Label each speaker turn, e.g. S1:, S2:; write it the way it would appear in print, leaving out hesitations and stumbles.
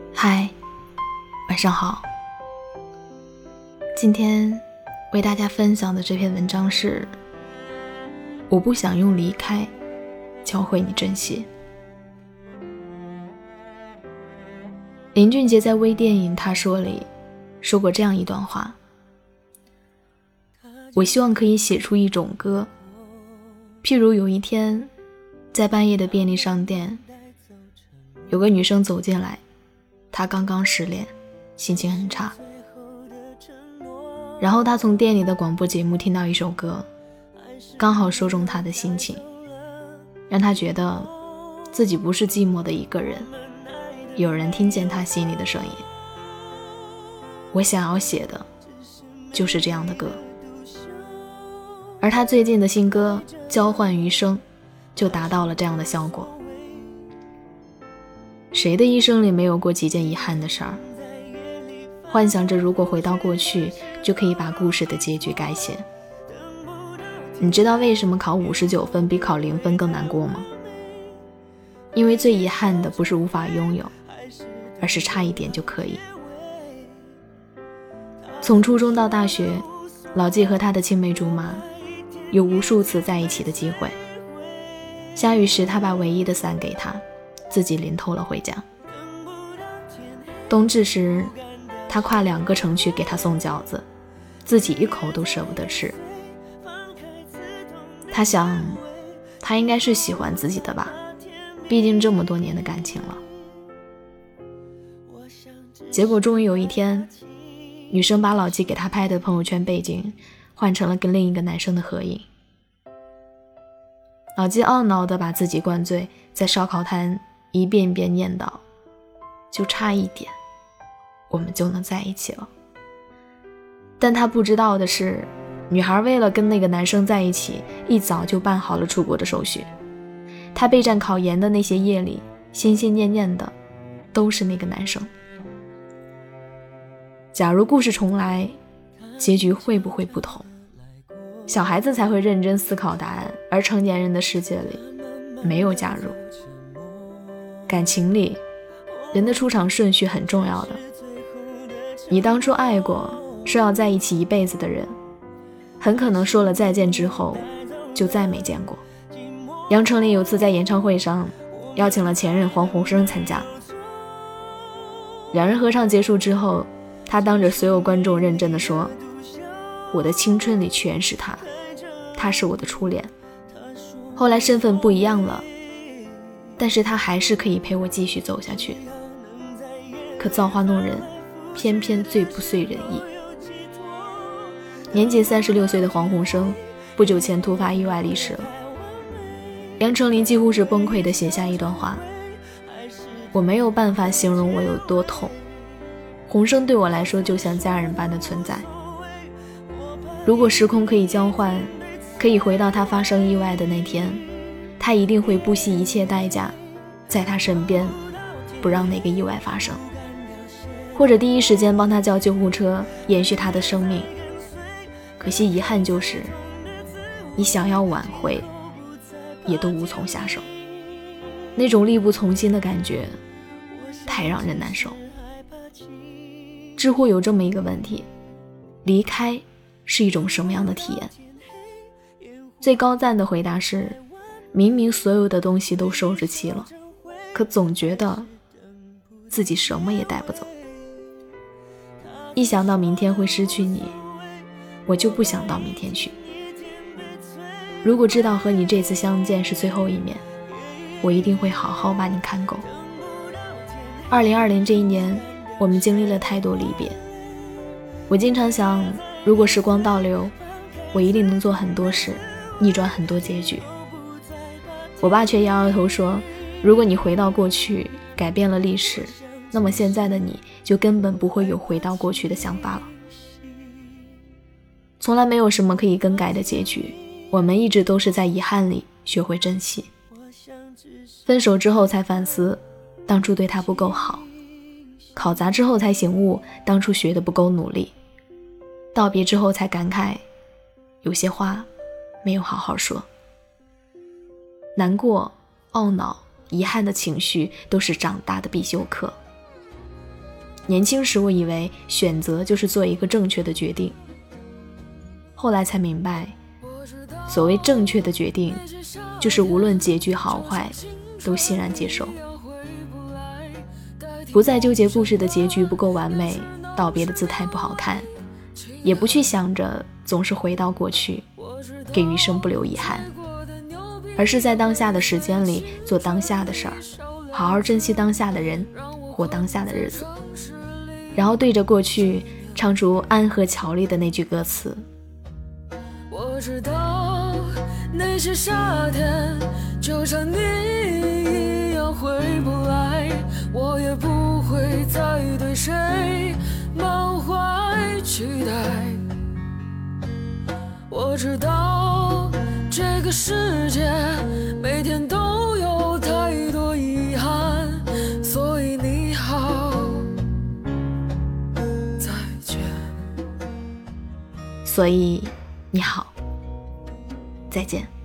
S1: 嗨，晚上好。今天为大家分享的这篇文章是我不想用离开教会你珍惜。林俊杰在微电影《他说》里说过这样一段话：我希望可以写出一种歌，譬如有一天在半夜的便利商店，有个女生走进来，她刚刚失恋，心情很差，然后她从店里的广播节目听到一首歌，刚好说中她的心情，让她觉得自己不是寂寞的一个人，有人听见她心里的声音。我想要写的就是这样的歌，而她最近的新歌《交换余生》就达到了这样的效果。谁的一生里没有过几件遗憾的事儿？幻想着如果回到过去，就可以把故事的结局改写。你知道为什么考59分比考0分更难过吗？因为最遗憾的不是无法拥有，而是差一点就可以。从初中到大学，老纪和他的青梅竹马有无数次在一起的机会。下雨时，他把唯一的伞给他，自己淋透了回家。冬至时，他跨2个城去给他送饺子，自己一口都舍不得吃。他想，他应该是喜欢自己的吧，毕竟这么多年的感情了。结果终于有一天，女生把老纪给他拍的朋友圈背景换成了跟另一个男生的合影。老纪懊恼地把自己灌醉，在烧烤摊一遍遍念叨，就差一点我们就能在一起了。但他不知道的是，女孩为了跟那个男生在一起，一早就办好了出国的手续。他备战考研的那些夜里，心心念念的都是那个男生。假如故事重来，结局会不会不同？小孩子才会认真思考答案，而成年人的世界里没有假如。感情里，人的出场顺序很重要的。你当初爱过，说要在一起一辈子的人，很可能说了再见之后就再没见过。杨丞琳有次在演唱会上邀请了前任黄鸿升参加，两人合唱结束之后，他当着所有观众认真地说，我的青春里全是他，他是我的初恋。后来身份不一样了，但是他还是可以陪我继续走下去。可造化弄人，偏偏最不遂人意。年仅36岁的黄鸿升不久前突发意外离世了。杨丞琳几乎是崩溃地写下一段话，我没有办法形容我有多痛，鸿升对我来说就像家人般的存在。如果时空可以交换，可以回到他发生意外的那天，他一定会不惜一切代价在他身边，不让那个意外发生，或者第一时间帮他叫救护车，延续他的生命。可惜遗憾就是，你想要挽回也都无从下手，那种力不从心的感觉太让人难受。知乎有这么一个问题，离开是一种什么样的体验？最高赞的回答是，明明所有的东西都收拾齐了，可总觉得自己什么也带不走。一想到明天会失去你，我就不想到明天去。如果知道和你这次相见是最后一面，我一定会好好把你看够。2020这一年，我们经历了太多离别。我经常想，如果时光倒流，我一定能做很多事，逆转很多结局。我爸却摇摇头说，如果你回到过去，改变了历史，那么现在的你就根本不会有回到过去的想法了。从来没有什么可以更改的结局，我们一直都是在遗憾里学会珍惜。分手之后才反思，当初对他不够好；考砸之后才醒悟，当初学得不够努力；道别之后才感慨，有些话没有好好说。难过、懊恼、遗憾的情绪都是长大的必修课。 年轻时我以为选择就是做一个正确的决定，后来才明白，所谓正确的决定就是无论结局好坏都欣然接受，不再纠结故事的结局不够完美，道别的姿态不好看，也不去想着总是回到过去，给余生不留遗憾，而是在当下的时间里做当下的事儿，好好珍惜当下的人，活当下的日子，然后对着过去唱出安河桥里的那句歌词。
S2: 我知道那些夏天就像你一样回不来，我也不会再对谁满怀期待。我知道这个世界每天都有太多遗憾，所以你好，再见。
S1: 所以你好，再见。